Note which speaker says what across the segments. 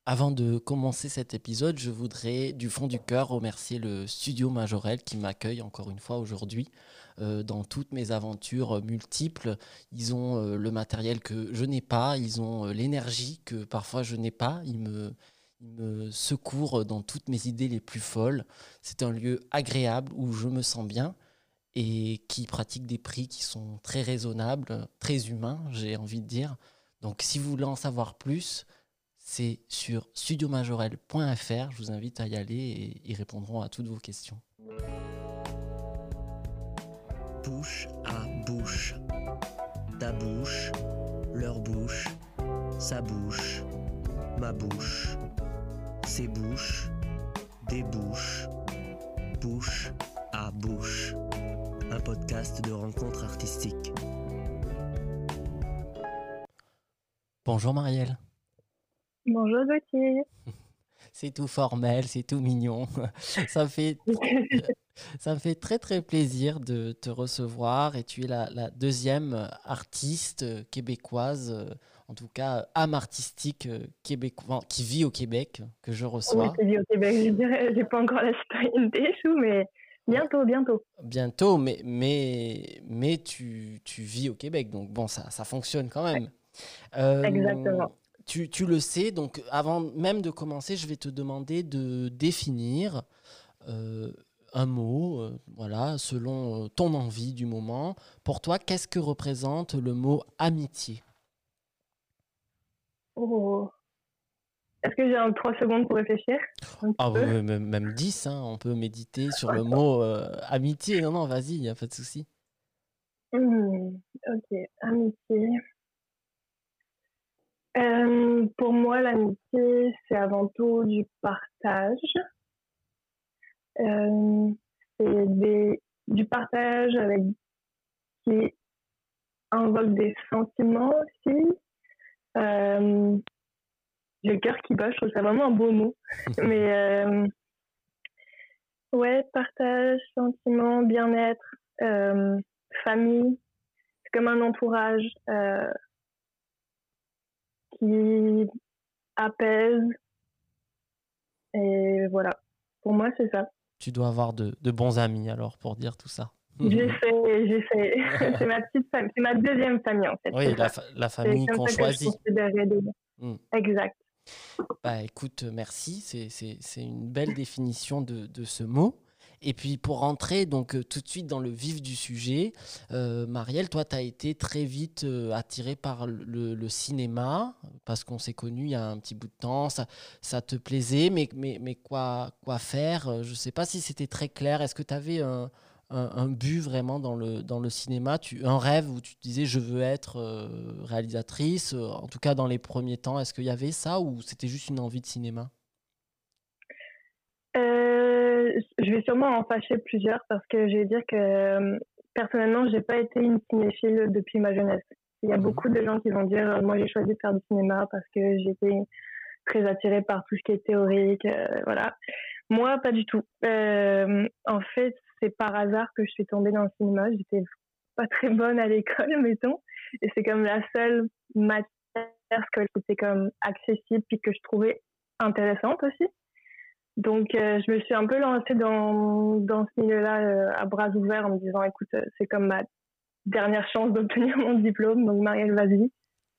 Speaker 1: Avant de commencer cet épisode, je voudrais du fond du cœur remercier le Studio Majorel qui m'accueille encore une fois aujourd'hui dans toutes mes aventures multiples. Ils ont le matériel que je n'ai pas, ils ont l'énergie que parfois je n'ai pas. Ils me secourent dans toutes mes idées les plus folles. C'est un lieu agréable où je me sens bien et qui pratique des prix qui sont très raisonnables, très humains, j'ai envie de dire. Donc si vous voulez en savoir plus, c'est sur studiomajorel.fr. Je vous invite à y aller et ils répondront à toutes vos questions.
Speaker 2: Bouche à bouche. Ta bouche, leur bouche, sa bouche, ma bouche, ses bouches, des bouches, bouche à bouche. Un podcast de rencontres artistiques.
Speaker 1: Bonjour Marielle.
Speaker 3: Bonjour Gauthier.
Speaker 1: C'est tout formel, c'est tout mignon. Ça me fait très très plaisir de te recevoir et tu es la deuxième artiste québécoise, en tout cas âme artistique québécoise qui vit au Québec que je reçois.
Speaker 3: Oui, qui vit au Québec, je dirais. J'ai pas encore la citoyenneté, mais bientôt.
Speaker 1: Bientôt, mais tu vis au Québec, donc bon, ça fonctionne quand même.
Speaker 3: Exactement.
Speaker 1: Tu le sais, donc avant même de commencer, je vais te demander de définir un mot, voilà, selon ton envie du moment. Pour toi, qu'est-ce que représente le mot amitié?
Speaker 3: Oh. Est-ce que j'ai 3 secondes pour réfléchir un petit peu?
Speaker 1: Même 10, hein, on peut méditer sur le mot amitié. Non, vas-y, il n'y a pas de souci.
Speaker 3: Ok, amitié. Pour moi, l'amitié, c'est avant tout du partage. C'est du partage avec qui invoque des sentiments aussi. J'ai le cœur qui bat, je trouve ça vraiment un beau mot. Mais ouais, partage, sentiments, bien-être, famille, c'est comme un entourage qui apaise. Et voilà, pour moi, c'est ça.
Speaker 1: Tu dois avoir de bons amis alors pour dire tout ça.
Speaker 3: J'essaie. C'est ma petite famille, c'est ma deuxième famille en fait.
Speaker 1: Oui, la famille qu'on choisit.
Speaker 3: Exact.
Speaker 1: Bah écoute, merci, c'est une belle définition de ce mot. Et puis pour rentrer donc tout de suite dans le vif du sujet, Marielle, toi tu as été très vite attirée par le cinéma, parce qu'on s'est connus il y a un petit bout de temps, ça te plaisait, mais quoi faire? Je ne sais pas si c'était très clair, est-ce que tu avais un but vraiment dans le cinéma, un rêve où tu te disais je veux être réalisatrice, en tout cas dans les premiers temps, est-ce qu'il y avait ça ou c'était juste une envie de cinéma?
Speaker 3: Je vais sûrement en fâcher plusieurs parce que je vais dire que personnellement, j'ai pas été une cinéphile depuis ma jeunesse. Il y a beaucoup de gens qui vont dire moi j'ai choisi de faire du cinéma parce que j'étais très attirée par tout ce qui est théorique, voilà. Moi, pas du tout. En fait, c'est par hasard que je suis tombée dans le cinéma. J'étais pas très bonne à l'école, mettons, et c'est comme la seule matière que c'était comme accessible puis que je trouvais intéressante aussi. Donc, je me suis un peu lancée dans ce milieu-là à bras ouverts en me disant, écoute, c'est comme ma dernière chance d'obtenir mon diplôme, donc Marielle, vas-y.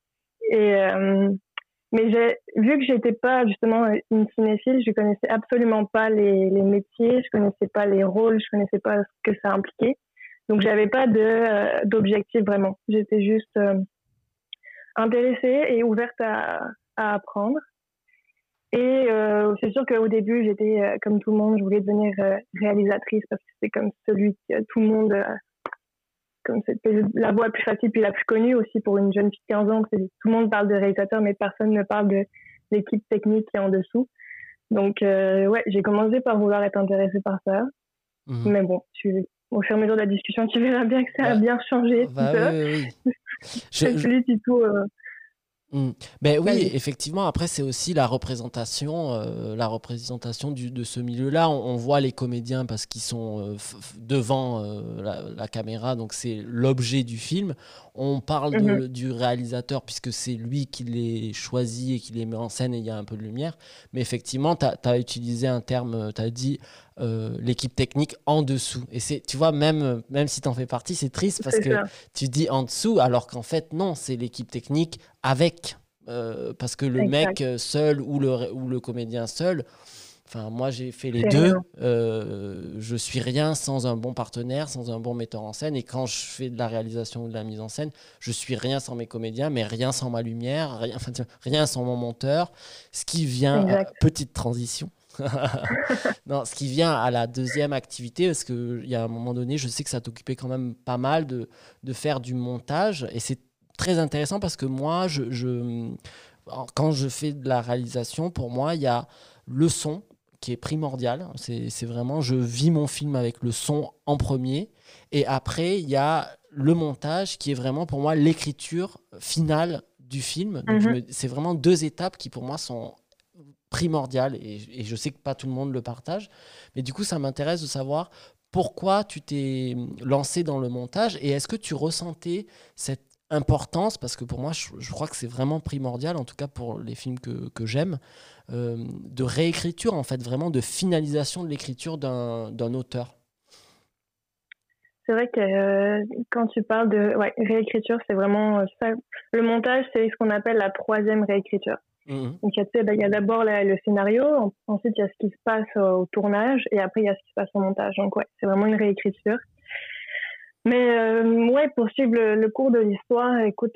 Speaker 3: Mais vu que j'étais pas justement une cinéphile, je connaissais absolument pas les métiers, je connaissais pas les rôles, je connaissais pas ce que ça impliquait. Donc, j'avais pas d'objectif vraiment. J'étais juste intéressée et ouverte à apprendre. Et c'est sûr qu'au début, j'étais comme tout le monde, je voulais devenir réalisatrice parce que c'est comme celui que tout le monde, comme c'est la voie la plus facile puis la plus connue aussi pour une jeune fille de 15 ans. Tout le monde parle de réalisateur, mais personne ne parle de l'équipe technique qui est en dessous. Donc ouais, j'ai commencé par vouloir être intéressée par ça. Mais bon, au fur et à mesure de la discussion, tu verras bien que ça a bien changé.
Speaker 1: Oui.
Speaker 3: C'est plus du tout
Speaker 1: Mm. Ben oui,
Speaker 3: Vas-y.
Speaker 1: effectivement. Après, c'est aussi la représentation de ce milieu-là. On voit les comédiens parce qu'ils sont devant la caméra, donc c'est l'objet du film. On parle
Speaker 3: Mhm.
Speaker 1: du réalisateur puisque c'est lui qui les choisit et qui les met en scène et il y a un peu de lumière. Mais effectivement, tu as utilisé un terme, tu as dit l'équipe technique en dessous. Et c'est, tu vois, même si tu en fais partie, c'est triste parce
Speaker 3: C'est
Speaker 1: que
Speaker 3: ça,
Speaker 1: tu dis en dessous alors qu'en fait, non, c'est l'équipe technique avec. Parce que le
Speaker 3: exact.
Speaker 1: mec seul ou le comédien seul, enfin moi j'ai fait les
Speaker 3: C'est rien.
Speaker 1: deux, je suis rien sans un bon partenaire, sans un bon metteur en scène, et quand je fais de la réalisation ou de la mise en scène, je suis rien sans mes comédiens, mais rien sans ma lumière, rien, enfin, rien sans mon monteur, ce qui vient,
Speaker 3: Exact.
Speaker 1: petite transition. Non, ce qui vient à la deuxième activité, parce qu'il y a un moment donné, je sais que ça t'occupait quand même pas mal de faire du montage, et c'est très intéressant parce que moi, quand je fais de la réalisation, pour moi, il y a le son qui est primordial. C'est vraiment, je vis mon film avec le son en premier, et après, il y a le montage qui est vraiment pour moi l'écriture finale du film. Donc,
Speaker 3: Mhm.
Speaker 1: c'est vraiment deux étapes qui pour moi sont primordial et je sais que pas tout le monde le partage. Mais du coup, ça m'intéresse de savoir pourquoi tu t'es lancé dans le montage et est-ce que tu ressentais cette importance, parce que pour moi, je crois que c'est vraiment primordial, en tout cas pour les films que j'aime, de réécriture, en fait, vraiment de finalisation de l'écriture d'un auteur.
Speaker 3: C'est vrai que quand tu parles de ouais, réécriture, c'est vraiment ça. Le montage, c'est ce qu'on appelle la troisième réécriture.
Speaker 1: Mhm.
Speaker 3: Donc, tu sais, ben, il y a d'abord le scénario, ensuite, il y a ce qui se passe au tournage, et après, il y a ce qui se passe au montage. Donc, ouais, c'est vraiment une réécriture. Mais, ouais, pour suivre le cours de l'histoire, écoute,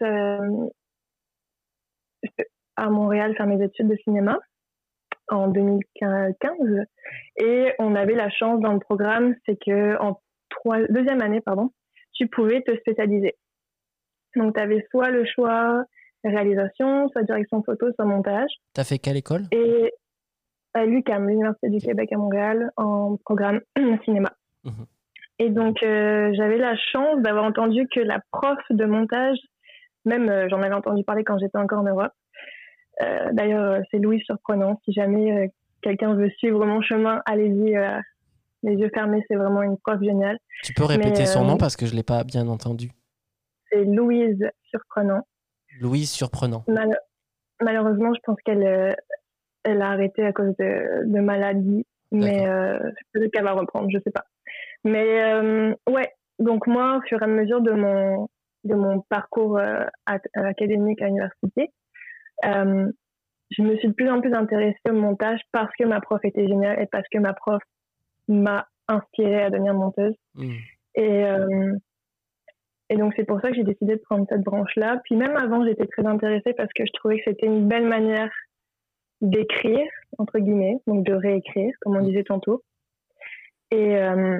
Speaker 3: j'étais à Montréal faire mes études de cinéma en 2015, et on avait la chance dans le programme, c'est que en deuxième année, pardon, tu pouvais te spécialiser. Donc, tu avais soit le choix réalisation, soit direction photo, soit montage.
Speaker 1: T'as fait quelle école?
Speaker 3: Et à l'UQAM, l'Université du
Speaker 1: Ok.
Speaker 3: Québec à Montréal, en programme cinéma.
Speaker 1: Mhm.
Speaker 3: Et donc, j'avais la chance d'avoir entendu que la prof de montage, même j'en avais entendu parler quand j'étais encore en Europe. D'ailleurs, c'est Louise Surprenant. Si jamais quelqu'un veut suivre mon chemin, allez-y, les yeux fermés, c'est vraiment une prof géniale.
Speaker 1: Tu peux
Speaker 3: Mais
Speaker 1: répéter son nom parce que je ne l'ai pas bien entendu.
Speaker 3: c'est Louise Surprenant.
Speaker 1: Louise Surprenant.
Speaker 3: Malheureusement, je pense qu'elle elle a arrêté à cause de maladie, mais
Speaker 1: D'accord.
Speaker 3: peut-être qu'elle va reprendre, je sais pas. Mais ouais, donc moi, au fur et à mesure de mon parcours académique à l'université, euh, je me suis de plus en plus intéressée au montage parce que ma prof était géniale et parce que ma prof m'a inspirée à devenir monteuse.
Speaker 1: Mhm.
Speaker 3: Et, euh, et donc, c'est pour ça que j'ai décidé de prendre cette branche-là. Puis même avant, j'étais très intéressée parce que je trouvais que c'était une belle manière d'écrire, entre guillemets, donc de réécrire, comme on disait tantôt. Et, euh,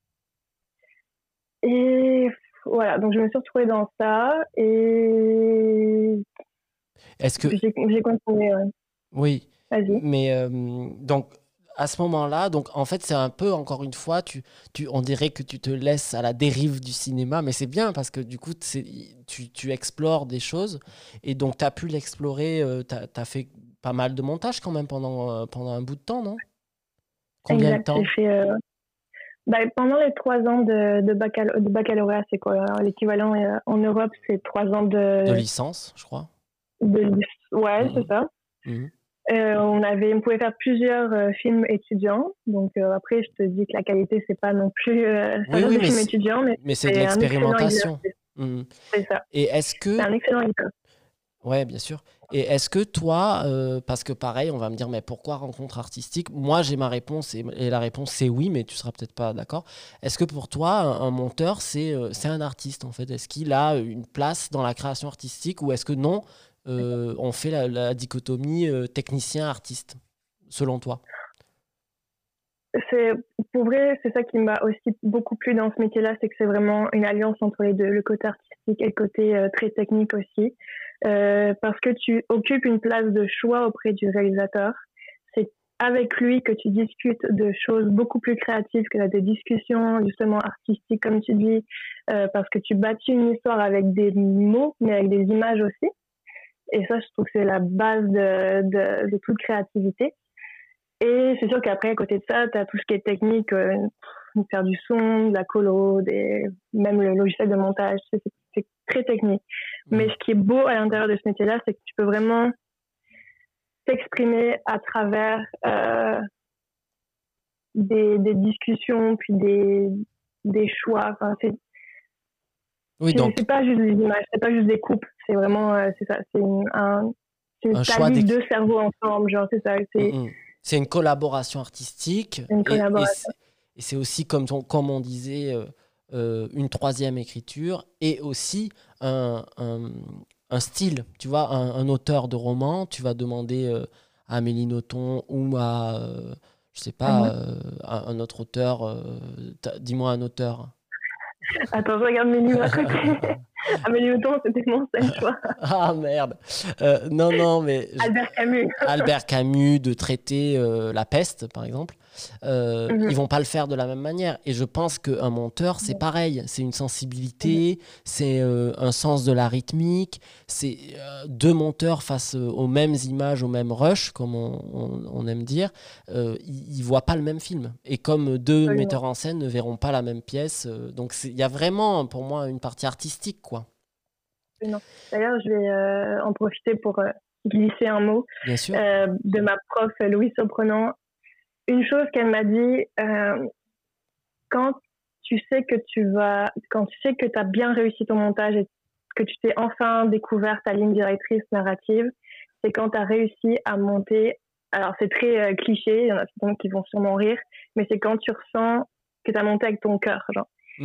Speaker 3: et voilà, donc je me suis retrouvée dans ça et
Speaker 1: Est-ce que...
Speaker 3: j'ai continué. Ouais.
Speaker 1: Oui,
Speaker 3: Vas-y.
Speaker 1: mais donc à ce moment-là, donc en fait c'est un peu encore une fois, on dirait que tu te laisses à la dérive du cinéma, mais c'est bien parce que du coup tu explores des choses et donc tu as pu l'explorer, tu as fait pas mal de montage quand même pendant un bout de temps, non? Combien de
Speaker 3: Exact. J'ai
Speaker 1: temps?
Speaker 3: fait pendant les 3 ans de baccalauréat, c'est quoi? Alors, l'équivalent en Europe, c'est 3 ans
Speaker 1: De licence, je crois.
Speaker 3: de ouais, c'est
Speaker 1: Mhm,
Speaker 3: ça.
Speaker 1: mhm.
Speaker 3: On pouvait faire plusieurs films étudiants. Donc après, je te dis que la qualité, c'est pas non plus ça
Speaker 1: Oui,
Speaker 3: reste
Speaker 1: oui,
Speaker 3: des films étudiants, mais
Speaker 1: mais c'est de
Speaker 3: c'est un excellent
Speaker 1: l'expérimentation.
Speaker 3: exercice.
Speaker 1: Mhm.
Speaker 3: C'est ça.
Speaker 1: Et est-ce
Speaker 3: C'est
Speaker 1: que
Speaker 3: un excellent exercice.
Speaker 1: Ouais, bien sûr. Et est-ce que toi, parce que pareil, on va me dire, mais pourquoi rencontre artistique? Moi, j'ai ma réponse et la réponse c'est oui, mais tu seras peut-être pas d'accord. Est-ce que pour toi, un monteur, c'est un artiste en fait? Est-ce qu'il a une place dans la création artistique ou est-ce que non, on fait la dichotomie technicien-artiste, selon toi?
Speaker 3: C'est, pour vrai, c'est ça qui m'a aussi beaucoup plu dans ce métier-là, c'est que c'est vraiment une alliance entre les deux, le côté artistique et le côté très technique aussi. Parce que tu occupes une place de choix auprès du réalisateur. C'est avec lui que tu discutes de choses beaucoup plus créatives que des discussions justement artistiques, comme tu dis, parce que tu bâtis une histoire avec des mots, mais avec des images aussi. Et ça, je trouve que c'est la base de toute créativité. Et c'est sûr qu'après, à côté de ça, tu as tout ce qui est technique, faire du son, de la colo, même le logiciel de montage, c'est très technique. Mais ce qui est beau à l'intérieur de ce métier-là, c'est que tu peux vraiment t'exprimer à travers des discussions, puis des choix. Enfin, c'est pas juste des images, c'est pas juste des coupes. C'est vraiment, c'est ça, c'est une taille de cerveau ensemble, genre, c'est ça.
Speaker 1: C'est une collaboration artistique.
Speaker 3: Une collaboration.
Speaker 1: Et c'est aussi, comme on disait, une troisième écriture et aussi un style. Tu vois, un auteur de roman, tu vas demander à Amélie Nothomb ou à, je sais pas, un autre auteur. Dis-moi un auteur.
Speaker 3: Attends, je regarde mes livres à côté. Amélie Nothomb, c'était mon seul choix.
Speaker 1: Ah merde. Non, mais...
Speaker 3: Albert Camus.
Speaker 1: Albert Camus, de traiter la peste, par exemple. Ils vont pas le faire de la même manière. Et je pense qu'un monteur, c'est pareil. C'est une sensibilité, c'est un sens de la rythmique. C'est deux monteurs face aux mêmes images, aux mêmes rushs, comme on aime dire. Ils voient pas le même film. Et comme deux metteurs en scène ne verront pas la même pièce. Donc il y a vraiment, pour moi, une partie artistique, quoi.
Speaker 3: D'ailleurs, je vais en profiter pour glisser un mot de ma prof Louise Surprenant. Une chose qu'elle m'a dit, quand tu sais que tu as bien réussi ton montage et que tu t'es enfin découvert ta ligne directrice narrative, c'est quand tu as réussi à monter. Alors, c'est très cliché, il y en a certains qui vont sûrement rire, mais c'est quand tu ressens que tu as monté avec ton cœur, genre.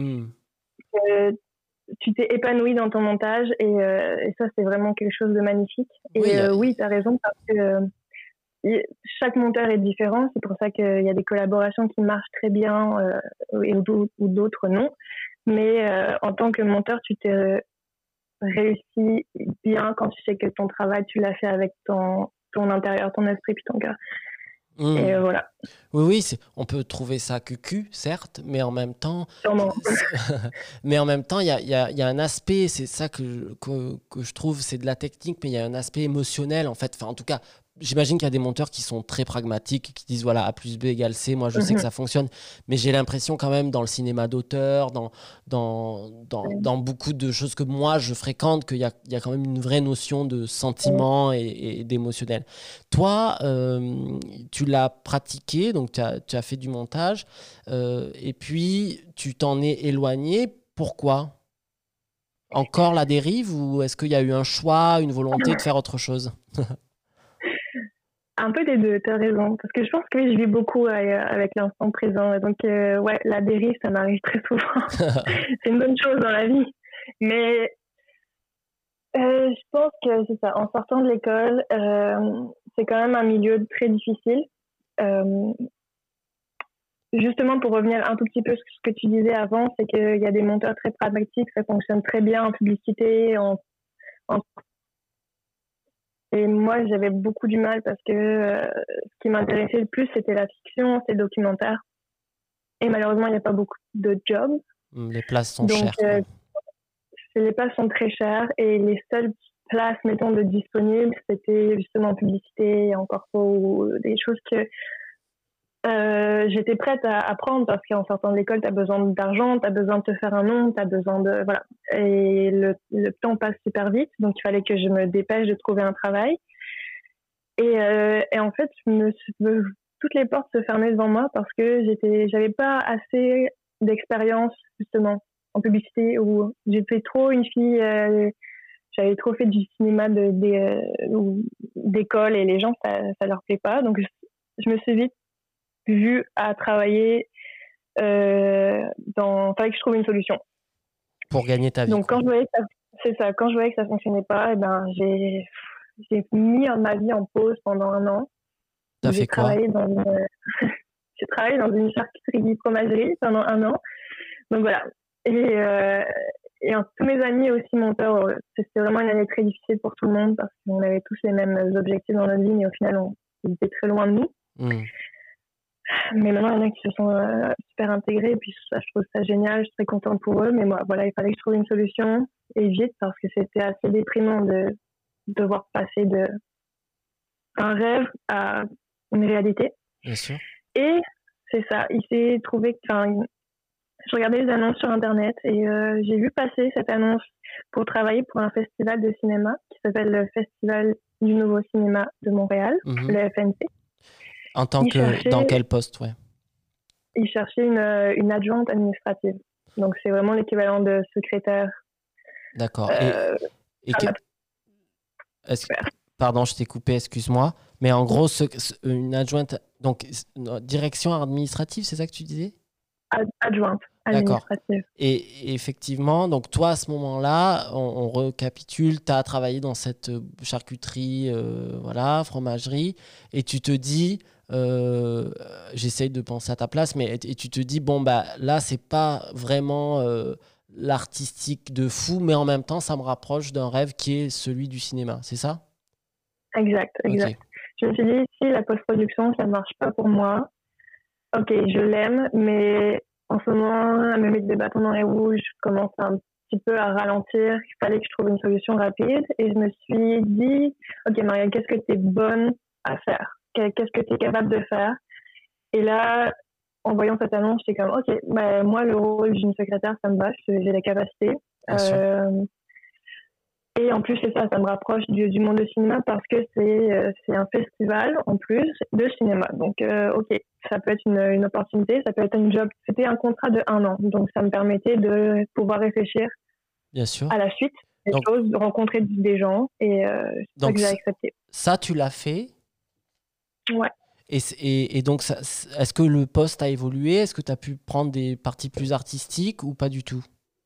Speaker 3: Tu t'es épanoui dans ton montage et ça, c'est vraiment quelque chose de magnifique. Et oui, tu as raison, parce que chaque monteur est différent. C'est pour ça qu'il y a des collaborations qui marchent très bien ou d'autres non. Mais en tant que monteur, tu t'es réussi bien quand tu sais que ton travail, tu l'as fait avec ton intérieur, ton esprit puis ton cœur. Et voilà.
Speaker 1: Oui, on peut trouver ça cucu, certes, mais en même temps, il y a un aspect, c'est ça que je trouve, c'est de la technique, mais il y a un aspect émotionnel, en fait. Enfin, en tout cas, j'imagine qu'il y a des monteurs qui sont très pragmatiques, qui disent voilà, A plus B égale C, moi je sais que ça fonctionne, mais j'ai l'impression quand même dans le cinéma d'auteur, dans beaucoup de choses que moi je fréquente, qu'il y a quand même une vraie notion de sentiment et d'émotionnel. Toi, tu l'as pratiqué, donc tu as fait du montage, et puis tu t'en es éloigné. Pourquoi ? Encore la dérive, ou est-ce qu'il y a eu un choix, une volonté de faire autre chose ?
Speaker 3: Un peu des deux, t'as raison. Parce que je pense que je vis beaucoup avec l'instant présent. Donc, ouais, la dérive, ça m'arrive très souvent. C'est une bonne chose dans la vie. Mais je pense que c'est ça. En sortant de l'école, c'est quand même un milieu très difficile. Justement, pour revenir un tout petit peu sur ce que tu disais avant, c'est qu'il y a des monteurs très pragmatiques, ça fonctionne très bien en publicité, Et moi, j'avais beaucoup du mal parce que ce qui m'intéressait le plus, c'était la fiction, c'était le documentaire. Et malheureusement, il n'y a pas beaucoup de jobs.
Speaker 1: Les places sont chères.
Speaker 3: Les places sont très chères et les seules places, mettons, de disponibles, c'était justement en publicité, en corpo, ou des choses que j'étais prête à prendre parce qu'en sortant de l'école, tu as besoin d'argent, tu as besoin de te faire un nom, tu as besoin de... Voilà. Et le temps passe super vite, donc il fallait que je me dépêche de trouver un travail. Et en fait, toutes les portes se fermaient devant moi parce que j'avais pas assez d'expérience, justement, en publicité, où j'étais trop une fille... j'avais trop fait du cinéma d'école et les gens, ça leur plaît pas. Donc, je me suis vite vue à travailler fallait que je trouve une solution.
Speaker 1: Pour gagner ta vie.
Speaker 3: Donc, quand je voyais que ça fonctionnait pas, eh ben, j'ai mis ma vie en pause pendant 1 an.
Speaker 1: T'as fait quoi ?
Speaker 3: J'ai travaillé dans une charcuterie fromagerie pendant 1 an. Donc, voilà. Et tous mes amis aussi monteurs, c'était vraiment une année très difficile pour tout le monde parce qu'on avait tous les mêmes objectifs dans notre vie, mais au final, ils étaient très loin de nous. Mais maintenant, il y en a qui se sont super intégrés, et puis ça, je trouve ça génial, je suis très contente pour eux. Mais moi, voilà, il fallait que je trouve une solution, et vite, parce que c'était assez déprimant de devoir passer de un rêve à une réalité.
Speaker 1: Bien sûr.
Speaker 3: Et c'est ça, il s'est trouvé, je regardais les annonces sur Internet et j'ai vu passer cette annonce pour travailler pour un festival de cinéma qui s'appelle le Festival du Nouveau Cinéma de Montréal, le FNC.
Speaker 1: En tant que, dans quel poste, ouais?
Speaker 3: Il cherchait une adjointe administrative. Donc, c'est vraiment l'équivalent de secrétaire.
Speaker 1: D'accord. Pardon, je t'ai coupé, excuse-moi. Mais en gros, une adjointe, donc direction administrative, c'est ça que tu disais?
Speaker 3: Adjointe administrative.
Speaker 1: D'accord. Et effectivement, donc toi, à ce moment-là, on récapitule, tu as travaillé dans cette charcuterie, fromagerie, et tu te dis, j'essaye de penser à ta place, mais et tu te dis, bon, bah là, c'est pas vraiment l'artistique de fou, mais en même temps, ça me rapproche d'un rêve qui est celui du cinéma, c'est ça?
Speaker 3: Exact. Okay. Je me suis dit, si la post-production, ça ne marche pas pour moi, ok, je l'aime, mais en ce moment, elle me met des bâtons dans les roues, je commence un petit peu à ralentir, il fallait que je trouve une solution rapide, et je me suis dit, ok Marielle, qu'est-ce que tu es bonne à faire? Qu'est-ce que tu es capable de faire? Et là, en voyant cette annonce, j'étais comme, ok, bah, moi, le rôle d'une secrétaire, ça me va, j'ai la capacité. Et en plus, c'est ça me rapproche du monde du cinéma parce que c'est un festival, en plus, de cinéma. Donc, ok, ça peut être une opportunité, ça peut être un job. C'était un contrat de 1 an, donc ça me permettait de pouvoir réfléchir
Speaker 1: Bien sûr.
Speaker 3: À la suite des choses, de rencontrer des gens, et c'est ça que j'ai accepté.
Speaker 1: Ça, tu l'as fait?
Speaker 3: Ouais.
Speaker 1: Et donc, est-ce que le poste a évolué? Est-ce que tu as pu prendre des parties plus artistiques ou pas du tout?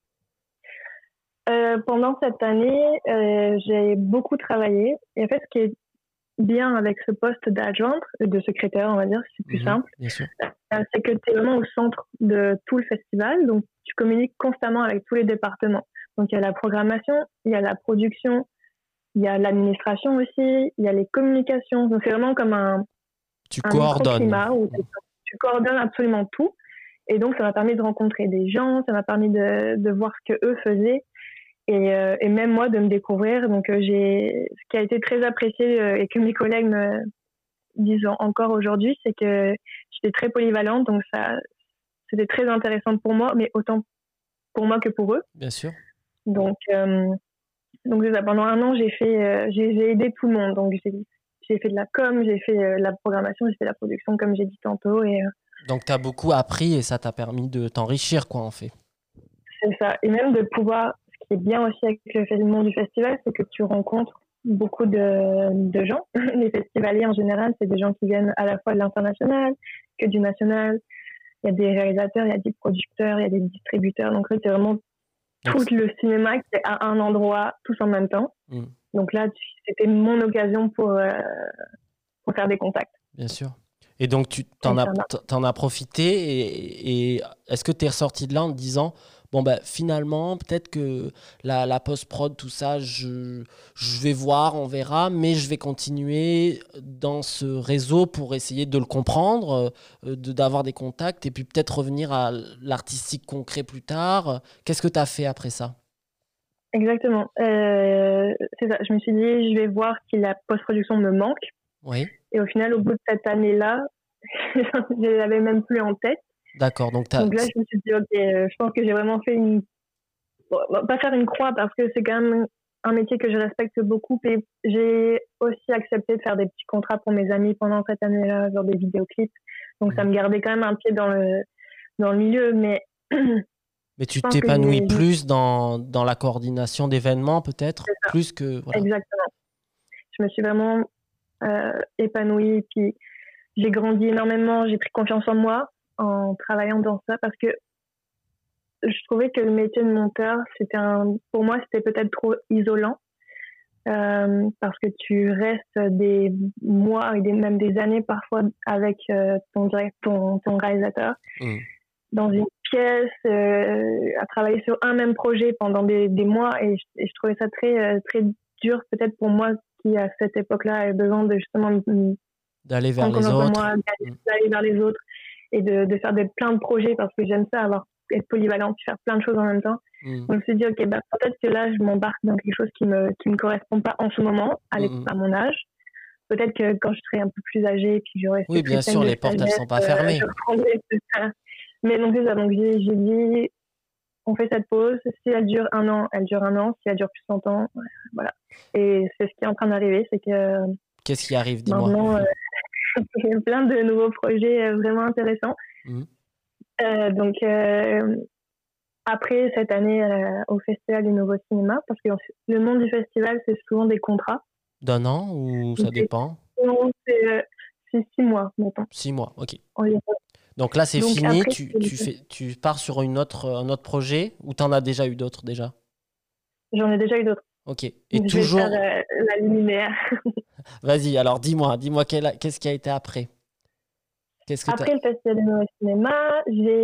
Speaker 3: Pendant cette année, j'ai beaucoup travaillé. Et en fait, ce qui est bien avec ce poste d'adjointe, de secrétaire, on va dire, c'est plus simple, c'est que tu es vraiment au centre de tout le festival. Donc, tu communiques constamment avec tous les départements. Donc, il y a la programmation, il y a la production, il y a l'administration aussi, il y a les communications. Donc, c'est vraiment comme un microclimat où tu coordonnes absolument tout. Et donc, ça m'a permis de rencontrer des gens, ça m'a permis de voir ce qu'eux faisaient. Et même moi, de me découvrir. Donc, ce qui a été très apprécié et que mes collègues me disent encore aujourd'hui, c'est que j'étais très polyvalente. Donc, c'était très intéressant pour moi, mais autant pour moi que pour eux.
Speaker 1: Bien sûr.
Speaker 3: Donc c'est ça. Pendant 1 an, j'ai aidé tout le monde. Donc, j'ai fait de la com, j'ai fait la programmation, j'ai fait la production, comme j'ai dit tantôt.
Speaker 1: Donc, tu as beaucoup appris et ça t'a permis de t'enrichir, quoi, en fait.
Speaker 3: C'est ça. Et même de pouvoir... Ce qui est bien aussi avec le monde du festival, c'est que tu rencontres beaucoup de gens. Les festivaliers, en général, c'est des gens qui viennent à la fois de l'international que du national. Il y a des réalisateurs, il y a des producteurs, il y a des distributeurs. Donc là, c'est vraiment tout le cinéma qui est à un endroit, tous en même temps. Donc là, c'était mon occasion pour faire des contacts.
Speaker 1: Bien sûr. Et donc, tu t'en as profité et est-ce que tu es ressorti de là en te disant, bon, ben, finalement, peut-être que la post-prod, tout ça, je vais voir, on verra, mais je vais continuer dans ce réseau pour essayer de le comprendre, d'avoir des contacts et puis peut-être revenir à l'artistique concret plus tard. Qu'est-ce que tu as fait après ça?
Speaker 3: Exactement. C'est ça. Je me suis dit, je vais voir si la post-production me manque.
Speaker 1: Oui.
Speaker 3: Et au final, au bout de cette année-là, je ne l'avais même plus en tête.
Speaker 1: D'accord. Donc
Speaker 3: là, je me suis dit, ok, je pense que j'ai vraiment fait pas faire une croix parce que c'est quand même un métier que je respecte beaucoup. Et j'ai aussi accepté de faire des petits contrats pour mes amis pendant cette année-là, genre des vidéoclips. Donc ça me gardait quand même un pied dans le milieu. Mais
Speaker 1: tu t'épanouis plus dans la coordination d'événements, peut-être, plus que... Voilà.
Speaker 3: Exactement. Je me suis vraiment épanouie. Puis j'ai grandi énormément, j'ai pris confiance en moi en travaillant dans ça parce que je trouvais que le métier de monteur, pour moi, c'était peut-être trop isolant parce que tu restes des mois et même des années parfois avec ton réalisateur dans une pièce, à travailler sur un même projet pendant des mois et je trouvais ça très, très dur peut-être pour moi qui à cette époque-là avait besoin de justement
Speaker 1: d'aller vers les autres.
Speaker 3: D'aller vers les autres et de faire plein de projets parce que j'aime ça, avoir être polyvalente, faire plein de choses en même temps. Donc, je me suis dit, ok, peut-être que là, je m'embarque dans quelque chose qui me correspond pas en ce moment, à mon âge. Peut-être que quand je serai un peu plus âgée, puis j'aurai
Speaker 1: Oui,
Speaker 3: fait
Speaker 1: bien sûr, les portes, elles sont pas fermées.
Speaker 3: je reprendrai tout ça. Mais donc, c'est ça. Donc, j'ai dit, on fait cette pause. Si elle dure 1 an, elle dure 1 an. Si elle dure plus longtemps, voilà. Et c'est ce qui est en train d'arriver, c'est que
Speaker 1: Qu'est-ce qui arrive, dis-moi?
Speaker 3: maintenant, il y a plein de nouveaux projets vraiment intéressants. Donc, après cette année au Festival du Nouveau Cinéma, parce que le monde du festival, c'est souvent des contrats.
Speaker 1: D'un an ou ça dépend?
Speaker 3: C'est 6 mois, mettons.
Speaker 1: 6 mois, ok.
Speaker 3: Environ.
Speaker 1: Donc là, c'est
Speaker 3: Donc
Speaker 1: fini,
Speaker 3: après,
Speaker 1: tu pars sur un autre projet ou tu en as déjà eu d'autres déjà?
Speaker 3: J'en ai déjà eu d'autres.
Speaker 1: Ok. Et
Speaker 3: je
Speaker 1: toujours.
Speaker 3: vais faire la linéaire.
Speaker 1: Vas-y, alors dis-moi qu'est-ce qui a été après?
Speaker 3: Après le Festival du Nouveau Cinéma,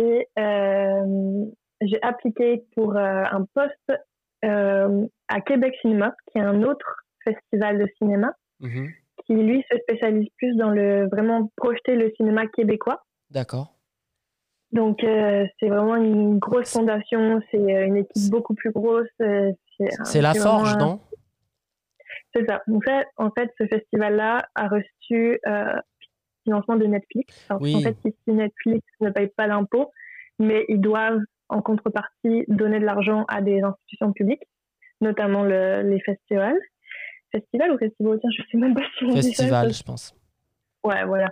Speaker 3: j'ai appliqué pour un poste à Québec Cinéma, qui est un autre festival de cinéma, qui lui se spécialise plus dans vraiment projeter le cinéma québécois.
Speaker 1: D'accord.
Speaker 3: Donc c'est vraiment une grosse fondation, c'est une équipe beaucoup plus grosse.
Speaker 1: C'est La Forge, non?
Speaker 3: C'est ça. Donc ça, en fait, ce festival-là a reçu financement de Netflix. Alors,
Speaker 1: oui.
Speaker 3: En fait, ici, Netflix ne paye pas d'impôts, mais ils doivent, en contrepartie, donner de l'argent à des institutions publiques, notamment les festivals. Festival ou festival? Tiens, je sais même pas si on dit ça.
Speaker 1: Festival, je pense.
Speaker 3: Ouais, voilà.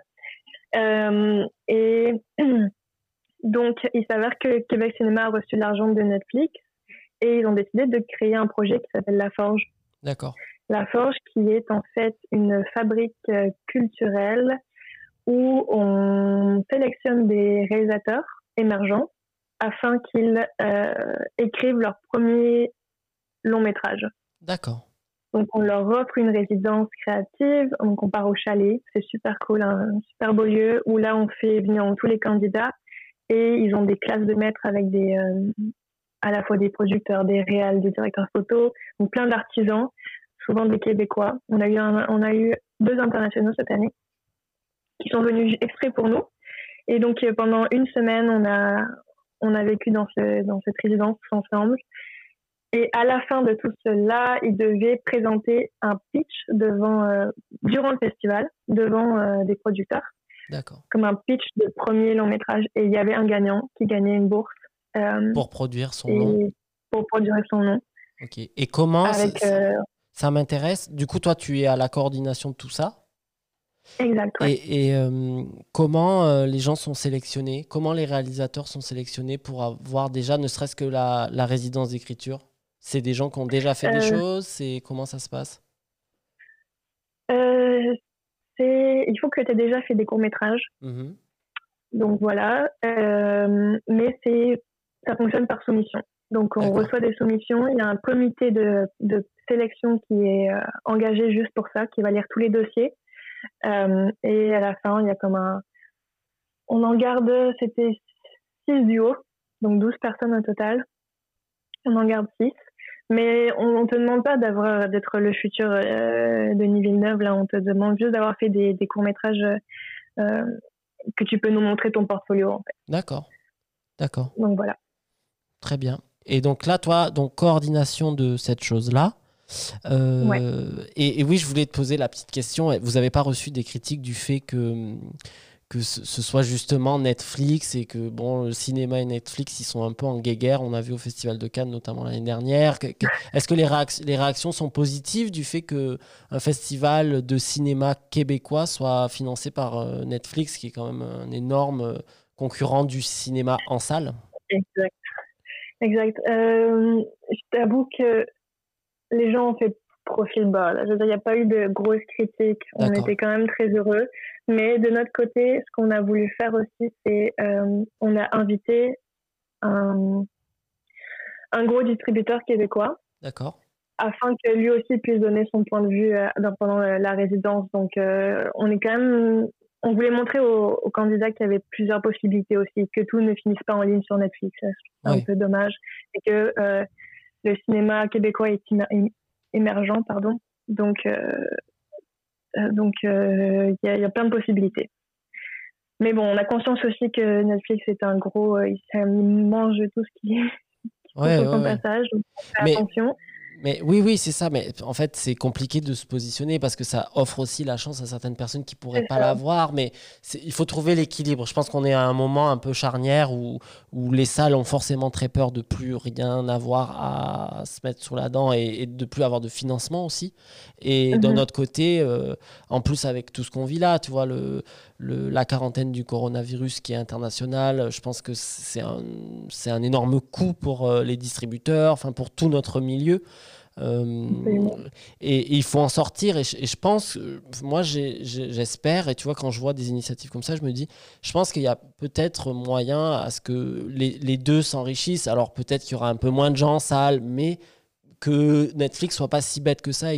Speaker 3: Et donc, il s'avère que Québec Cinéma a reçu l'argent de Netflix et ils ont décidé de créer un projet qui s'appelle La Forge.
Speaker 1: D'accord.
Speaker 3: La Forge, qui est en fait une fabrique culturelle où on sélectionne des réalisateurs émergents afin qu'ils écrivent leur premier long métrage.
Speaker 1: D'accord.
Speaker 3: Donc, on leur offre une résidence créative. Donc, on part au chalet. C'est super cool, un super beau lieu où là, on fait venir tous les candidats et ils ont des classes de maîtres avec à la fois des producteurs, des réals, des directeurs photo, donc plein d'artisans, souvent des Québécois. On a eu 2 internationaux cette année qui sont venus exprès pour nous. Et donc, pendant une semaine, on a vécu dans cette résidence tous ensemble. Et à la fin de tout cela, ils devaient présenter un pitch durant le festival, devant des producteurs.
Speaker 1: D'accord.
Speaker 3: Comme un pitch de premier long métrage. Et il y avait un gagnant qui gagnait une bourse.
Speaker 1: Pour produire son nom.
Speaker 3: Pour produire son nom.
Speaker 1: Ok. Et comment ça m'intéresse. Du coup, toi, tu es à la coordination de tout ça.
Speaker 3: Exact. Ouais.
Speaker 1: Et comment les gens sont sélectionnés? Comment les réalisateurs sont sélectionnés pour avoir déjà, ne serait-ce que la résidence d'écriture? C'est des gens qui ont déjà fait des choses? Comment ça se passe?
Speaker 3: Il faut que tu aies déjà fait des courts-métrages. Donc voilà. Mais ça fonctionne par soumission. Donc on reçoit des soumissions. Il y a un comité de sélection qui est engagé juste pour ça, qui va lire tous les dossiers. Et à la fin, il y a on en garde, c'était 6 duos, donc 12 personnes au total. On en garde 6. Mais on ne te demande pas d'être le futur Denis Villeneuve. Là, on te demande juste d'avoir fait des courts-métrages que tu peux nous montrer ton portfolio, en fait.
Speaker 1: D'accord.
Speaker 3: Donc, voilà.
Speaker 1: Très bien. Et donc là, toi, coordination de cette chose-là.
Speaker 3: Ouais.
Speaker 1: Et oui, je voulais te poser la petite question. Vous n'avez pas reçu des critiques du fait que ce soit justement Netflix et que le cinéma et Netflix, ils sont un peu en guéguerre. On a vu au Festival de Cannes, notamment l'année dernière. Est-ce que les réactions sont positives du fait qu'un festival de cinéma québécois soit financé par Netflix, qui est quand même un énorme concurrent du cinéma en salle?
Speaker 3: Exact. Je t'avoue que les gens ont fait profil bas. Là. Je veux dire, il n'y a pas eu de grosses critiques. On était quand même très heureux. Mais de notre côté, ce qu'on a voulu faire aussi, c'est on a invité un gros distributeur québécois.
Speaker 1: D'accord.
Speaker 3: Afin que lui aussi puisse donner son point de vue pendant la résidence. Donc, on voulait montrer aux candidats qu'il y avait plusieurs possibilités aussi, que tout ne finisse pas en ligne sur Netflix. C'est un peu dommage. Et que le cinéma québécois est émergent, pardon. Donc, il y a plein de possibilités. Mais bon, on a conscience aussi que Netflix est un gros, il mange tout ce qui
Speaker 1: Ouais,
Speaker 3: sur
Speaker 1: ouais,
Speaker 3: son
Speaker 1: ouais.
Speaker 3: passage, donc on fait
Speaker 1: Mais,
Speaker 3: attention.
Speaker 1: mais oui, c'est ça. Mais en fait, c'est compliqué de se positionner parce que ça offre aussi la chance à certaines personnes qui pourraient
Speaker 3: C'est
Speaker 1: pas
Speaker 3: ça.
Speaker 1: l'avoir. Mais il faut trouver l'équilibre. Je pense qu'on est à un moment un peu charnière où les salles ont forcément très peur de plus rien avoir à se mettre sous la dent et de plus avoir de financement aussi. Et d'un
Speaker 3: Mhm.
Speaker 1: autre côté, en plus avec tout ce qu'on vit là, tu vois, la quarantaine du coronavirus qui est internationale, je pense que c'est un énorme coût pour les distributeurs, enfin pour tout notre milieu. Euh,
Speaker 3: Absolument.
Speaker 1: et il faut en sortir. Et je pense, moi j'espère, et tu vois, quand je vois des initiatives comme ça, je me dis, je pense qu'il y a peut-être moyen à ce que les deux s'enrichissent. Alors peut-être qu'il y aura un peu moins de gens en salle, mais que Netflix soit pas si bête que ça et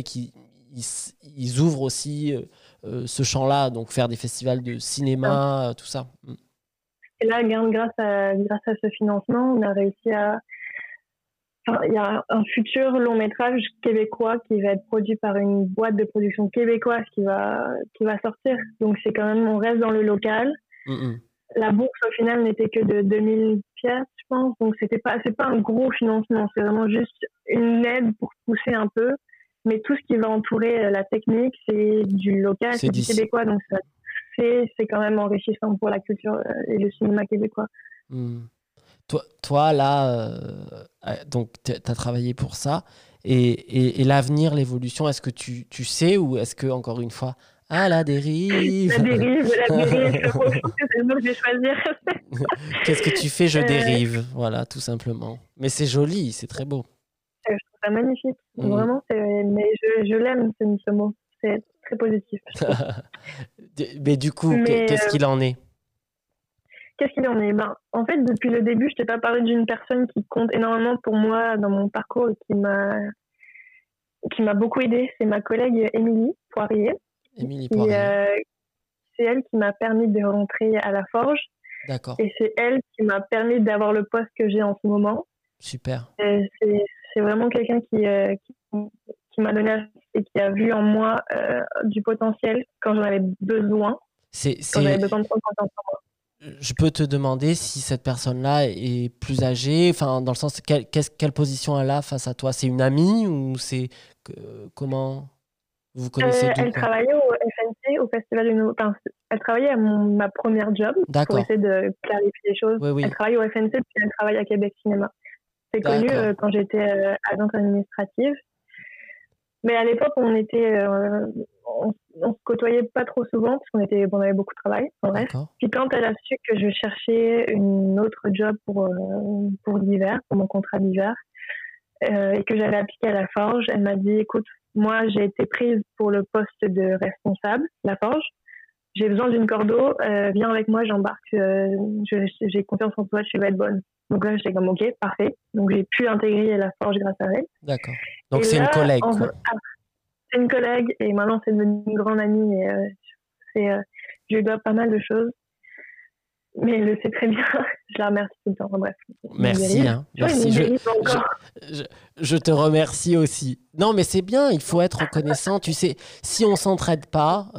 Speaker 1: qu'ils ouvrent aussi ce champ-là, donc faire des festivals de cinéma, tout ça.
Speaker 3: Et là, grâce à ce financement, on a réussi à. Enfin, il y a un futur long métrage québécois qui va être produit par une boîte de production québécoise qui va sortir. Donc c'est quand même, on reste dans le local.
Speaker 1: Mm.
Speaker 3: La bourse au final n'était que de 2000 pièces, je pense. Donc c'est pas un gros financement. C'est vraiment juste une aide pour pousser un peu. Mais tout ce qui va entourer la technique, c'est du local,
Speaker 1: C'est
Speaker 3: c'est du
Speaker 1: d'ici.
Speaker 3: québécois. Donc c'est quand même enrichissant pour la culture et le cinéma québécois.
Speaker 1: Mm. Toi, là, donc tu as travaillé pour ça. Et l'avenir, l'évolution, est-ce que tu sais ou est-ce que, encore une fois, ah, la dérive,
Speaker 3: La dérive, je pense que c'est le mot que je vais choisir.
Speaker 1: qu'est-ce que tu fais? Je
Speaker 3: Euh,
Speaker 1: dérive. Voilà, tout simplement. Mais c'est joli, c'est très beau.
Speaker 3: je trouve ça magnifique.
Speaker 1: Mm.
Speaker 3: Vraiment, mais je l'aime, ce mot. C'est très positif, je trouve.
Speaker 1: Mais du coup,
Speaker 3: Mais
Speaker 1: qu'est-ce qu'il en est?
Speaker 3: qu'est-ce qu'il en est? Ben, en fait, depuis le début, je t'ai pas parlé d'une personne qui compte énormément pour moi dans mon parcours et qui m'a beaucoup aidée. C'est ma collègue Émilie Poirier.
Speaker 1: Émilie
Speaker 3: Qui,
Speaker 1: Poirier.
Speaker 3: c'est elle qui m'a permis de rentrer à la Forge
Speaker 1: D'accord,
Speaker 3: et c'est elle qui m'a permis d'avoir le poste que j'ai en ce moment.
Speaker 1: super.
Speaker 3: Et c'est vraiment quelqu'un qui m'a donné et qui a vu en moi du potentiel quand j'en avais besoin,
Speaker 1: C'est,
Speaker 3: quand j'avais
Speaker 1: c'est,
Speaker 3: besoin de prendre confiance en moi.
Speaker 1: je peux te demander si cette personne-là est plus âgée, enfin, dans le sens, quelle position elle a face à toi? C'est une amie ou comment vous vous connaissez d'où,
Speaker 3: Elle
Speaker 1: quoi?
Speaker 3: travaillait au FNC, au Festival du Nouveau. Enfin, elle travaillait à ma première job pour
Speaker 1: D'accord,
Speaker 3: essayer de clarifier les choses.
Speaker 1: oui,
Speaker 3: Elle
Speaker 1: oui,
Speaker 3: travaille au FNC puis elle travaille à Québec Cinéma. C'est connu
Speaker 1: d'accord,
Speaker 3: quand j'étais agente administrative. Mais à l'époque, on se côtoyait pas trop souvent parce on avait beaucoup de travail. En bref.
Speaker 1: d'accord,
Speaker 3: Puis quand elle a su que je cherchais une autre job pour l'hiver, pour mon contrat d'hiver, et que j'avais appliqué à la Forge, elle m'a dit, écoute, moi j'ai été prise pour le poste de responsable, la Forge. J'ai besoin d'une cordeau, viens avec moi, j'embarque. J'ai confiance en toi, tu vas être bonne. Donc là, j'étais comme, ok, parfait. Donc j'ai pu intégrer la Forge grâce à elle.
Speaker 1: d'accord.
Speaker 3: Et
Speaker 1: Donc c'est une
Speaker 3: là,
Speaker 1: collègue, quoi.
Speaker 3: c'est une collègue et maintenant c'est devenu une grande amie et je lui dois pas mal de choses. Mais elle le sait très bien. Je la remercie tout le temps. Enfin, bref, une
Speaker 1: Merci,
Speaker 3: dérive.
Speaker 1: hein,
Speaker 3: Tu vois,
Speaker 1: merci.
Speaker 3: une dérive
Speaker 1: Je,
Speaker 3: encore.
Speaker 1: je, je te remercie aussi. Non, mais c'est bien, il faut être reconnaissant. Tu sais, si on s'entraide pas,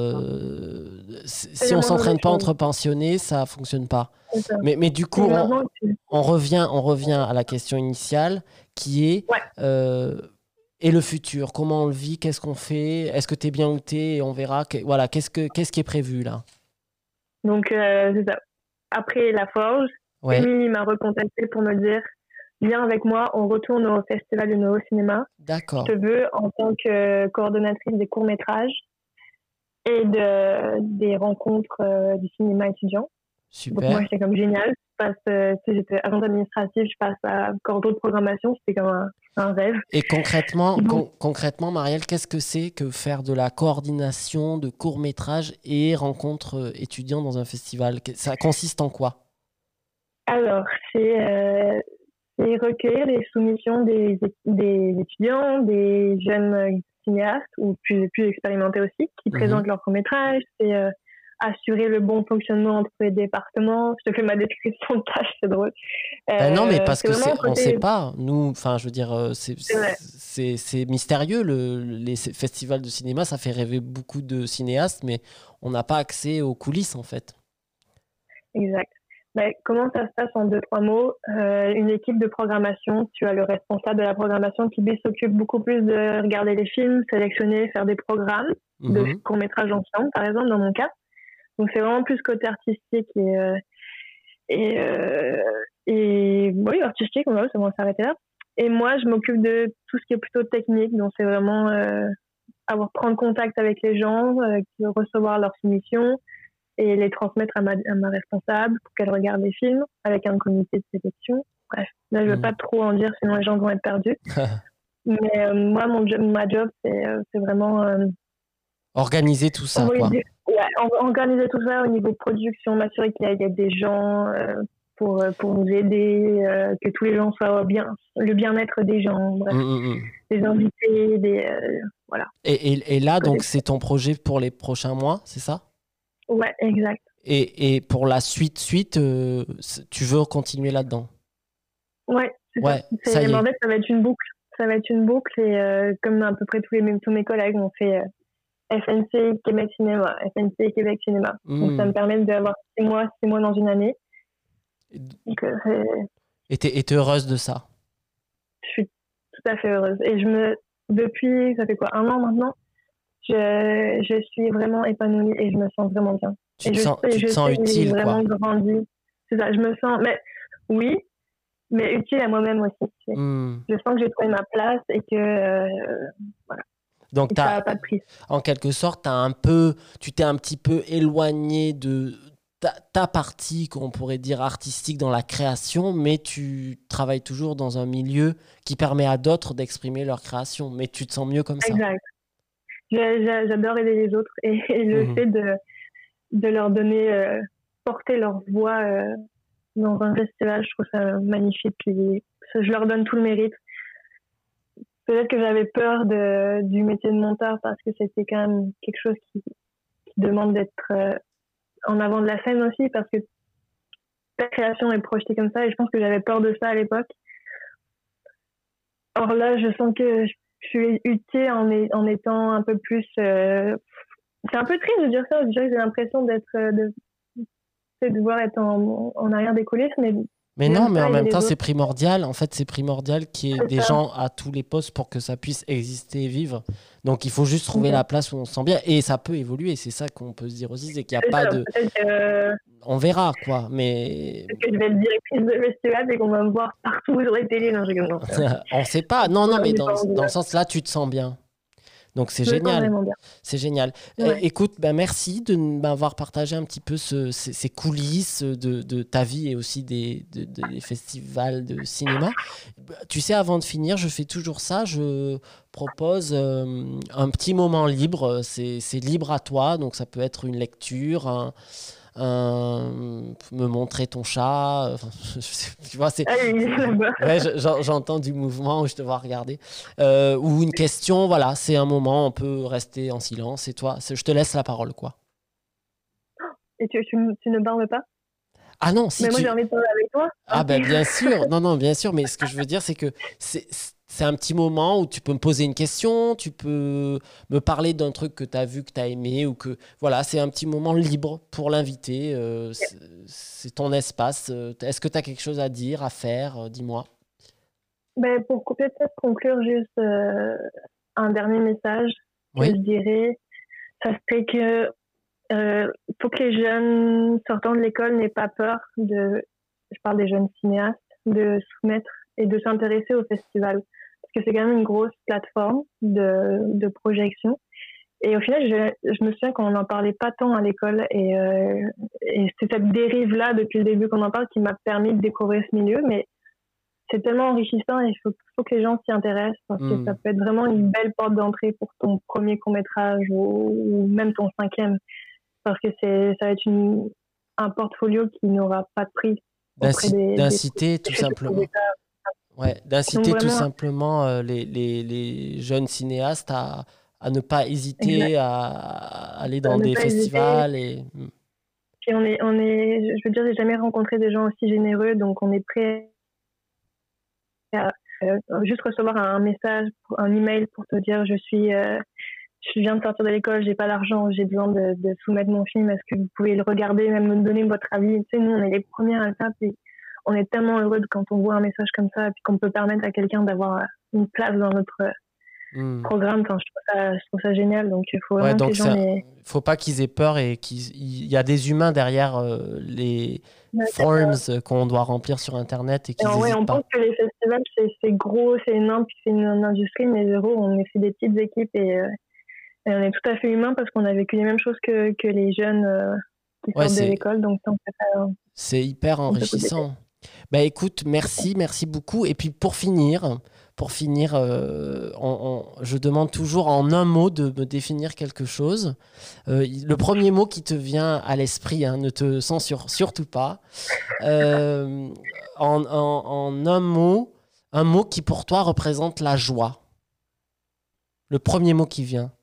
Speaker 3: C'est
Speaker 1: si
Speaker 3: la
Speaker 1: on
Speaker 3: moindre des
Speaker 1: s'entraîne pas
Speaker 3: choses.
Speaker 1: entre pensionnés, ça fonctionne pas.
Speaker 3: C'est ça.
Speaker 1: Mais du
Speaker 3: Et
Speaker 1: coup,
Speaker 3: maintenant,
Speaker 1: on revient à la question initiale qui est
Speaker 3: ouais.
Speaker 1: et le futur, comment on le vit, qu'est-ce qu'on fait, est-ce que tu es bien où tu es et on verra. Voilà, qu'est-ce qui est prévu là?
Speaker 3: Donc, c'est ça. Après la Forge,
Speaker 1: Ouais,
Speaker 3: Émilie m'a recontacté pour me dire viens avec moi, on retourne au Festival du Nouveau Cinéma. Je
Speaker 1: d'accord,
Speaker 3: te veux en tant que coordonnatrice des courts-métrages et des rencontres du cinéma étudiant. Donc moi,
Speaker 1: super.
Speaker 3: j'étais comme génial. J'étais agente administrative, je passe à cordeau de programmation. C'était comme un rêve.
Speaker 1: Et concrètement,
Speaker 3: Donc,
Speaker 1: concrètement, Marielle, qu'est-ce que c'est que faire de la coordination de courts-métrages et rencontres étudiants dans un festival? Ça consiste en quoi?
Speaker 3: alors, c'est recueillir les soumissions des étudiants, des jeunes cinéastes ou plus expérimentés aussi, qui
Speaker 1: Mhm.
Speaker 3: présentent leur court-métrage. C'est assurer le bon fonctionnement entre les départements. Je te fais ma description de tâche, c'est drôle.
Speaker 1: Ben non, mais parce
Speaker 3: C'est
Speaker 1: que
Speaker 3: vraiment un
Speaker 1: on sait
Speaker 3: côté...
Speaker 1: pas. Nous, enfin, je veux dire,
Speaker 3: C'est vrai.
Speaker 1: c'est mystérieux. Les festivals de cinéma, ça fait rêver beaucoup de cinéastes, mais on n'a pas accès aux coulisses, en fait.
Speaker 3: exact. Mais comment ça se passe en 2-3 mots? Une équipe de programmation, tu as le responsable de la programmation qui lui s'occupe beaucoup plus de regarder les films, sélectionner, faire des programmes de courts-métrages ensemble, par exemple, dans mon cas. Donc c'est vraiment plus côté artistique et oui, artistique, on va s'arrêter là. Et moi, je m'occupe de tout ce qui est plutôt technique, donc c'est vraiment prendre contact avec les gens, recevoir leurs soumissions et les transmettre à ma responsable pour qu'elle regarde les films avec un comité de sélection. Bref, là, je ne veux pas trop en dire, sinon les gens vont être perdus. Mais moi, ma job, c'est vraiment...
Speaker 1: organiser tout ça, quoi.
Speaker 3: Organiser tout ça au niveau production, m'assurer qu'il y a des gens pour nous aider, que tous les gens soient bien, le bien-être des gens, bref, des invités, voilà.
Speaker 1: Et là, donc, c'est ton projet pour les prochains mois, c'est ça?
Speaker 3: Ouais, exact.
Speaker 1: Et pour la suite, tu veux continuer là-dedans?
Speaker 3: Ouais,
Speaker 1: ça y est.
Speaker 3: En fait, ça va être une boucle. Ça va être une boucle et comme à peu près tous mes collègues ont fait FNC Québec Cinéma, FNC Québec Cinéma. Donc ça me permet d'avoir 6 mois dans une année. Donc,
Speaker 1: et t'es heureuse de ça?
Speaker 3: Je suis tout à fait heureuse. Et depuis, ça fait quoi, 1 an maintenant, je suis vraiment épanouie et je me sens vraiment bien.
Speaker 1: Tu te sens utile,
Speaker 3: quoi. J'ai vraiment grandi. C'est ça, je me sens... Oui, mais utile à moi-même aussi. Je sens que j'ai trouvé ma place et que... voilà.
Speaker 1: Donc,
Speaker 3: ça n'a pas de prix.
Speaker 1: En quelque sorte, tu t'es un petit peu éloigné de ta partie, qu'on pourrait dire artistique dans la création, mais tu travailles toujours dans un milieu qui permet à d'autres d'exprimer leur création. Mais tu te sens mieux comme ça.
Speaker 3: Exact. J'adore aider les autres et le fait de leur donner, porter leur voix dans un festival, je trouve ça magnifique. Et je leur donne tout le mérite. Peut-être que j'avais peur du métier de monteur parce que c'était quand même quelque chose qui demande d'être en avant de la scène aussi parce que ta création est projetée comme ça et je pense que j'avais peur de ça à l'époque. Or là, je sens que je suis utile en étant un peu plus... c'est un peu triste de dire ça, j'ai l'impression de devoir être en arrière des coulisses,
Speaker 1: mais non, mais en même temps, c'est primordial. En fait, c'est primordial qu'il y ait des gens à tous les postes pour que ça puisse exister et vivre. Donc, il faut juste trouver la place où on se sent bien. Et ça peut évoluer. C'est ça qu'on peut se dire aussi. C'est qu'il n'y a pas de... On verra, quoi. Mais...
Speaker 3: Peut-être que je vais être directrice de festival et qu'on va me voir partout sur les télés. Non,
Speaker 1: on ne sait pas. Non, mais dans le sens là, tu te sens bien. Donc c'est génial. C'est génial.
Speaker 3: Ouais.
Speaker 1: Écoute, merci de m'avoir partagé un petit peu ces coulisses de ta vie et aussi des festivals de cinéma. Tu sais, avant de finir, je fais toujours ça. Je propose un petit moment libre. C'est libre à toi. Donc ça peut être une lecture, me montrer ton chat, tu vois, j'entends du mouvement où je te vois regarder, ou une question, voilà, c'est un moment, on peut rester en silence et toi, je te laisse la parole, quoi.
Speaker 3: Et tu ne parles pas?
Speaker 1: Ah non, si
Speaker 3: mais moi j'ai envie de parler avec toi.
Speaker 1: Ah ben bien sûr, non, bien sûr, mais ce que je veux dire, c'est que c'est un petit moment où tu peux me poser une question, tu peux me parler d'un truc que tu as vu, que tu as aimé, ou que... Voilà, c'est un petit moment libre pour l'invité. C'est ton espace. Est-ce que tu as quelque chose à dire, à faire? Dis-moi.
Speaker 3: Pour peut-être conclure juste un dernier message que je dirais, ça serait que faut que les jeunes sortant de l'école n'aient pas peur je parle des jeunes cinéastes, de soumettre et de s'intéresser au festival. Parce que c'est quand même une grosse plateforme de projection. Et au final, je me souviens qu'on n'en parlait pas tant à l'école. Et c'est cette dérive-là, depuis le début qu'on en parle, qui m'a permis de découvrir ce milieu. Mais c'est tellement enrichissant et il faut que les gens s'y intéressent. Parce que ça peut être vraiment une belle porte d'entrée pour ton premier court-métrage ou même ton 5e. Parce que ça va être un portfolio qui n'aura pas de prix.
Speaker 1: D'inciter tout simplement. D'inciter tout simplement les jeunes cinéastes à ne pas hésiter à aller dans des festivals.
Speaker 3: Puis je veux dire, j'ai jamais rencontré des gens aussi généreux, donc on est prêt à juste recevoir un message, un email pour te dire je suis je viens de sortir de l'école, j'ai pas d'argent, j'ai besoin de soumettre mon film, est-ce que vous pouvez le regarder, même me donner votre avis. Tu sais, nous, on est les premiers à le faire, puis on est tellement heureux quand on voit un message comme ça, puis qu'on peut permettre à quelqu'un d'avoir une place dans notre programme. Enfin, je trouve ça génial, donc il faut vraiment que les gens...
Speaker 1: faut pas qu'ils aient peur et il y a des humains derrière les forms qu'on doit remplir sur Internet et qu'ils hésitent
Speaker 3: on
Speaker 1: pas.
Speaker 3: pense que les festivals, c'est gros, c'est énorme, puis c'est une industrie, mais zéro, on est fait des petites équipes et on est tout à fait humain parce qu'on a vécu les mêmes choses que les jeunes qui sortent de l'école. Donc,
Speaker 1: c'est hyper enrichissant. Bah, écoute, merci beaucoup. Et puis pour finir, je demande toujours en un mot de me définir quelque chose. Le premier mot qui te vient à l'esprit, ne te censure surtout pas. En un mot qui pour toi représente la joie. Le premier mot qui vient.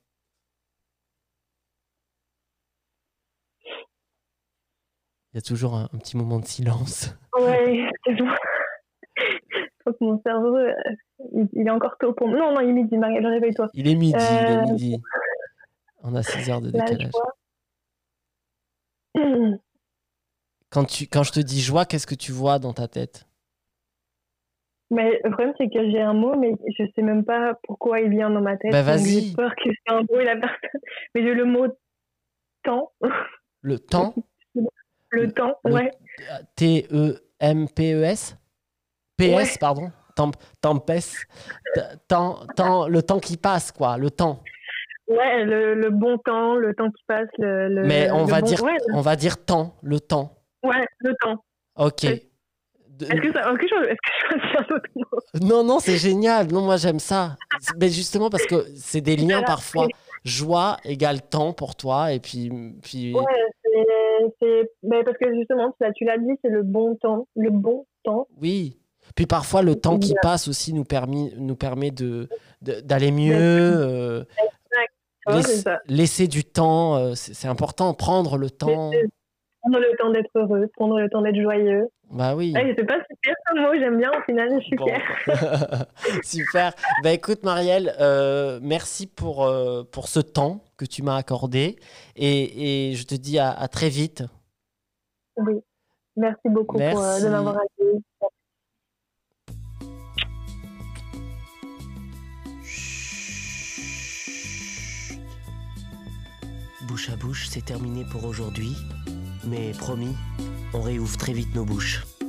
Speaker 1: Il y a toujours un petit moment de silence.
Speaker 3: Ouais, c'est bon. Je crois que mon cerveau, il est encore tôt pour moi. Non, il est midi, Marielle, réveille-toi.
Speaker 1: Il est midi. On a 6 heures de décalage. Quand je te dis joie, qu'est-ce que tu vois dans ta tête?
Speaker 3: Mais le problème, c'est que j'ai un mot, mais je sais même pas pourquoi il vient dans ma tête.
Speaker 1: Bah, vas-y.
Speaker 3: J'ai peur que c'est un mot et la personne. Mais j'ai le mot temps.
Speaker 1: Le temps?
Speaker 3: Le temps, ouais.
Speaker 1: T-E-M-P-E-S? P-S, pardon. Tempest. Le temps qui passe, quoi. Le temps.
Speaker 3: Ouais, le bon temps, le temps qui passe.
Speaker 1: Mais on va dire temps, le temps.
Speaker 3: Ouais, le temps.
Speaker 1: Ok.
Speaker 3: Est-ce que je choisis un autre mot?
Speaker 1: Non, c'est génial. Non, moi, j'aime ça. Mais justement, parce que c'est des liens parfois. Joie égale temps pour toi. Et puis...
Speaker 3: Ouais, parce que justement, tu l'as dit, c'est le bon temps. Le bon temps.
Speaker 1: Oui. Puis parfois, le temps qui passe aussi nous permet d'aller mieux. Laisser du temps, c'est important. Prendre le temps.
Speaker 3: Prendre le temps d'être heureux, prendre le temps d'être joyeux.
Speaker 1: Bah oui.
Speaker 3: Je sais pas si c'est un mot, j'aime bien, au final, je suis fière.
Speaker 1: Super. Bah écoute, Marielle, merci pour ce temps que tu m'as accordé et je te dis à très vite.
Speaker 3: Oui, merci beaucoup de m'avoir accueilli.
Speaker 2: Bouche à bouche, c'est terminé pour aujourd'hui. Mais promis, on réouvre très vite nos bouches.